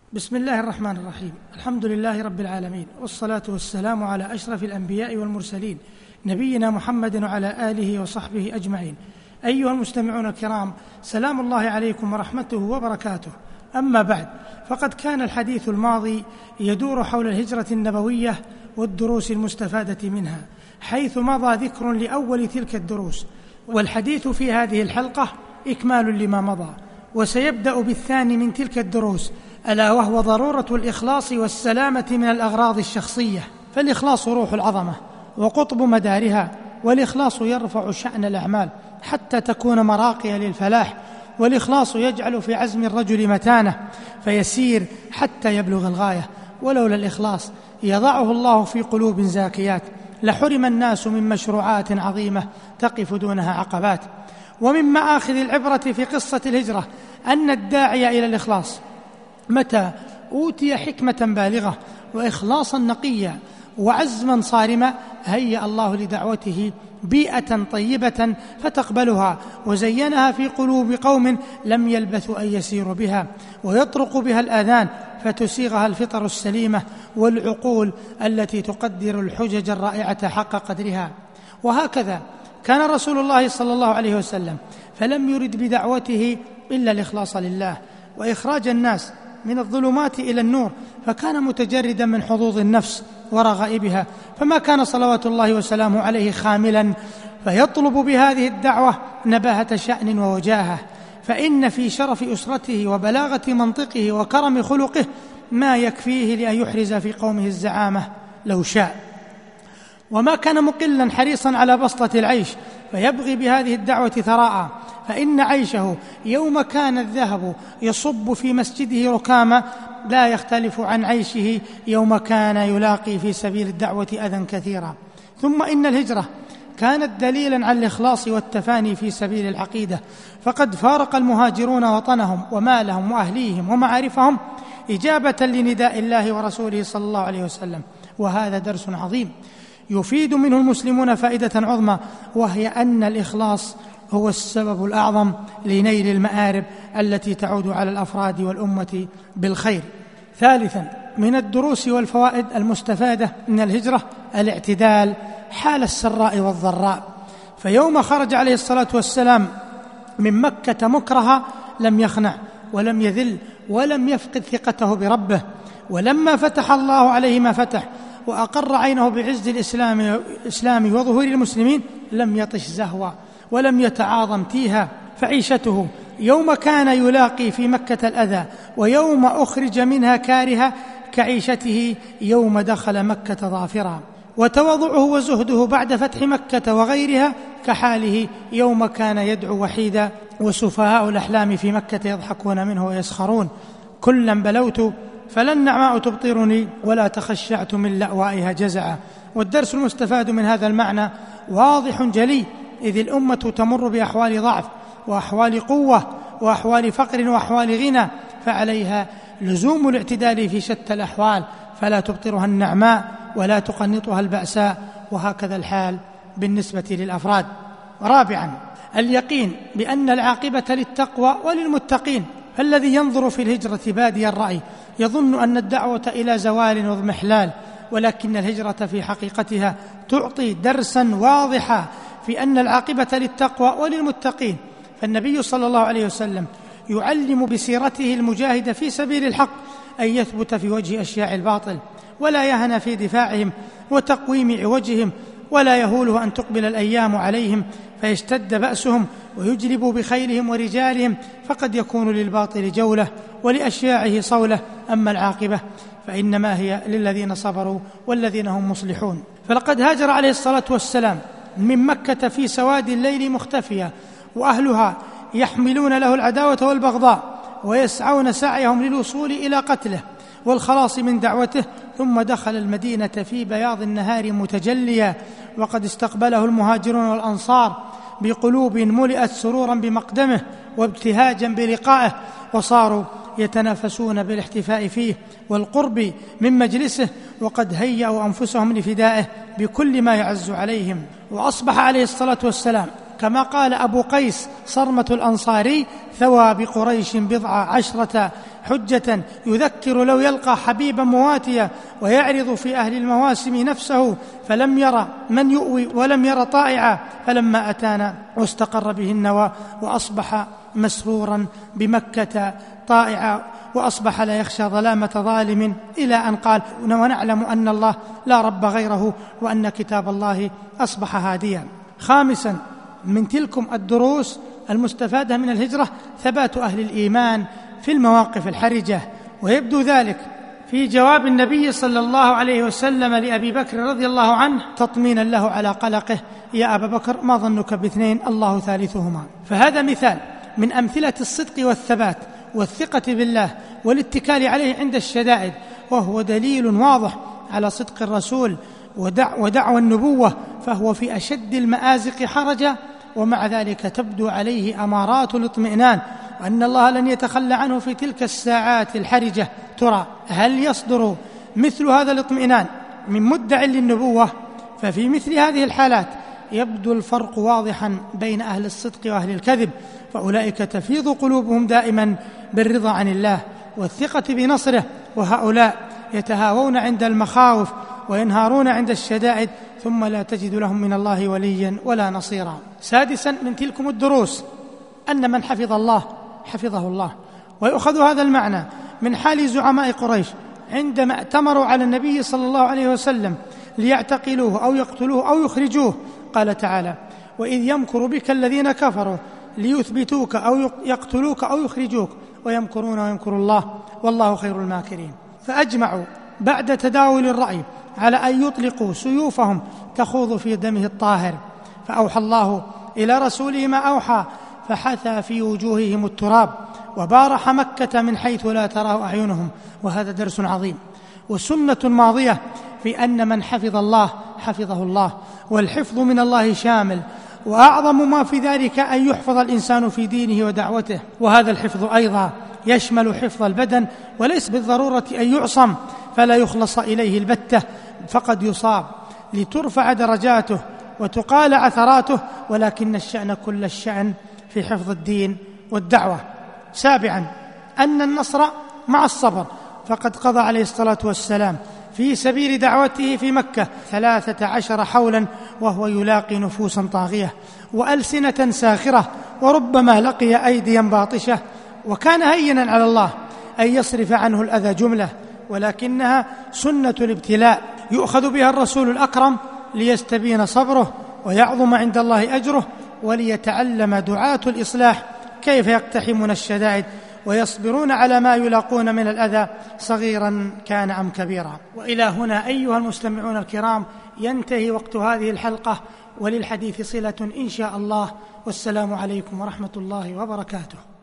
بسم الله الرحمن الرحيم. الحمد لله رب العالمين، والصلاة والسلام على أشرف الأنبياء والمرسلين نبينا محمد وعلى آله وصحبه أجمعين. أيها المستمعون الكرام، سلام الله عليكم ورحمته وبركاته. أما بعد، فقد كان الحديث الماضي يدور حول الهجرة النبوية والدروس المستفادة منها، حيث مضى ذكر لأول تلك الدروس، والحديث في هذه الحلقة إكمال لما مضى، وسيبدأ بالثاني من تلك الدروس، ألا وهو ضرورة الإخلاص والسلامة من الأغراض الشخصية. فالإخلاص روح العظمة وقطب مدارها، والإخلاص يرفع شأن الأعمال حتى تكون مراقية للفلاح، والإخلاص يجعل في عزم الرجل متانة فيسير حتى يبلغ الغاية. ولولا الإخلاص يضعه الله في قلوب زاكيات لحرم الناس من مشروعات عظيمة تقف دونها عقبات. ومن مآخذ العبرة في قصة الهجرة أن الداعي إلى الإخلاص متى أوتي حكمة بالغة وإخلاصا نقيا وعزما صارما، هيأ الله لدعوته بيئة طيبة فتقبلها، وزينها في قلوب قوم لم يلبثوا أن يسيروا بها، ويطرق بها الآذان فتسيغها الفطر السليمة والعقول التي تقدر الحجج الرائعة حق قدرها. وهكذا كان رسول الله صلى الله عليه وسلم، فلم يرد بدعوته إلا الإخلاص لله وإخراج الناس من الظلمات إلى النور، فكان متجردا من حظوظ النفس ورغائبها، فما كان صلوات الله وسلامه عليه خاملا فيطلب بهذه الدعوة نباهة شأن ووجاهة، فإن في شرف أسرته وبلاغة منطقه وكرم خلقه ما يكفيه لأن يحرز في قومه الزعامة لو شاء. وما كان مقلا حريصا على بسطة العيش فيبغي بهذه الدعوة ثراء، فإن عيشه يوم كان الذهب يصب في مسجده ركاما لا يختلف عن عيشه يوم كان يلاقي في سبيل الدعوة أذى كثيرا. ثم إن الهجرة كانت دليلا على الإخلاص والتفاني في سبيل العقيدة، فقد فارق المهاجرون وطنهم ومالهم وأهليهم ومعارفهم إجابة لنداء الله ورسوله صلى الله عليه وسلم. وهذا درس عظيم يفيد منه المسلمون فائدة عظمى، وهي أن الإخلاص هو السبب الأعظم لنيل المآرب التي تعود على الأفراد والأمة بالخير. ثالثا من الدروس والفوائد المستفادة من الهجرة الاعتدال حال السراء والضراء، فيوم خرج عليه الصلاة والسلام من مكة مكرها لم يخنع ولم يذل ولم يفقد ثقته بربه، ولما فتح الله عليه ما فتح وأقر عينه بعز الإسلام وظهور المسلمين لم يطش زهوا ولم يتعاظم تيها، فعيشته يوم كان يلاقي في مكة الأذى ويوم أخرج منها كارها كعيشته يوم دخل مكة ظافرا، وتواضعه وزهده بعد فتح مكة وغيرها كحاله يوم كان يدعو وحيدا وسفهاء الأحلام في مكة يضحكون منه ويسخرون. كلا بلوت فلا النعماء تبطرني ولا تخشعت من لأوائها جزعا. والدرس المستفاد من هذا المعنى واضح جلي، إذ الأمة تمر بأحوال ضعف وأحوال قوة وأحوال فقر وأحوال غنى، فعليها لزوم الاعتدال في شتى الأحوال، فلا تبطرها النعماء ولا تقنطها البأساء، وهكذا الحال بالنسبة للأفراد. رابعا اليقين بأن العاقبة للتقوى وللمتقين، فالذي ينظر في الهجرة بادي الرأي يظن أن الدعوة إلى زوال واضمحلال، ولكن الهجرة في حقيقتها تعطي درسا واضحا في أن العاقبة للتقوى وللمتقين. فالنبي صلى الله عليه وسلم يعلم بسيرته المجاهدة في سبيل الحق أن يثبت في وجه أشياء الباطل ولا يهنى في دفاعهم وتقويم عوجهم، ولا يهوله أن تقبل الأيام عليهم فيشتد بأسهم ويجلبوا بخيلهم ورجالهم، فقد يكون للباطل جولة ولأشياعه صولة، أما العاقبة فإنما هي للذين صبروا والذين هم مصلحون. فلقد هاجر عليه الصلاة والسلام من مكة في سواد الليل مختفيا، وأهلها يحملون له العداوة والبغضاء ويسعون سعيهم للوصول إلى قتله والخلاص من دعوته، ثم دخل المدينة في بياض النهار متجليا، وقد استقبله المهاجرون والأنصار بقلوب ملئت سرورا بمقدمه وابتهاجا بلقائه، وصاروا يتنافسون بالاحتفاء فيه والقرب من مجلسه، وقد هيأوا أنفسهم لفدائه بكل ما يعز عليهم. وأصبح عليه الصلاة والسلام كما قال أبو قيس صرمة الأنصاري ثوى بقريش 10 حجة يذكر لو يلقى حبيبا مواتيا، ويعرض في أهل المواسم نفسه فلم ير من يؤوي ولم ير طائعا، فلما أتانا واستقر به النوى وأصبح مسرورا بمكة طائعا، وأصبح لا يخشى ظلامة ظالم، إلى أن قال: ونعلم أن الله لا رب غيره، وأن كتاب الله أصبح هاديا. خامسا من تلكم الدروس المستفادة من الهجرة ثبات أهل الإيمان في المواقف الحرجة، ويبدو ذلك في جواب النبي صلى الله عليه وسلم لأبي بكر رضي الله عنه تطمينا له على قلقه: يا أبا بكر ما ظنك باثنين الله ثالثهما. فهذا مثال من أمثلة الصدق والثبات والثقة بالله والاتكال عليه عند الشدائد، وهو دليل واضح على صدق الرسول ودعوى النبوة، فهو في أشد المآزق حرجا، ومع ذلك تبدو عليه أمارات الاطمئنان، وأن الله لن يتخلى عنه في تلك الساعات الحرجة. ترى هل يصدر مثل هذا الاطمئنان من مدع للنبوة؟ ففي مثل هذه الحالات يبدو الفرق واضحا بين أهل الصدق وأهل الكذب، فأولئك تفيض قلوبهم دائما بالرضا عن الله والثقة بنصره، وهؤلاء يتهاوون عند المخاوف وينهارون عند الشدائد، ثم لا تجد لهم من الله وليا ولا نصيرا. سادسا من تلكم الدروس أن من حفظ الله حفظه الله، ويؤخذ هذا المعنى من حال زعماء قريش عندما ائتمروا على النبي صلى الله عليه وسلم ليعتقلوه أو يقتلوه أو يخرجوه. قال تعالى: وإذ يمكر بك الذين كفروا ليثبتوك أو يقتلوك أو يخرجوك ويمكرون ويمكر الله والله خير الماكرين. فأجمعوا بعد تداول الرأي على أن يطلقوا سيوفهم تخوض في دمه الطاهر، فأوحى الله إلى رسوله ما أوحى، فحثى في وجوههم التراب وبارح مكة من حيث لا تراه أعينهم. وهذا درس عظيم وسنة ماضية في أن من حفظ الله حفظه الله، والحفظ من الله شامل، وأعظم ما في ذلك أن يحفظ الإنسان في دينه ودعوته. وهذا الحفظ أيضا يشمل حفظ البدن، وليس بالضرورة أن يعصم فلا يخلص إليه البتة، فقد يصاب لترفع درجاته وتقال عثراته، ولكن الشأن كل الشأن في حفظ الدين والدعوة. سابعا أن النصر مع الصبر، فقد قضى عليه الصلاة والسلام في سبيل دعوته في مكة 13 حولا وهو يلاقي نفوسا طاغية وألسنة ساخرة، وربما لقي أيديا باطشة، وكان هينا على الله أن يصرف عنه الأذى جملة، ولكنها سنة الابتلاء يؤخذ بها الرسول الأكرم ليستبين صبره ويعظم عند الله أجره، وليتعلم دعاة الإصلاح كيف يقتحمون الشدائد ويصبرون على ما يلاقون من الأذى صغيرا كان أم كبيرا. وإلى هنا أيها المستمعون الكرام ينتهي وقت هذه الحلقة، وللحديث صلة إن شاء الله، والسلام عليكم ورحمة الله وبركاته.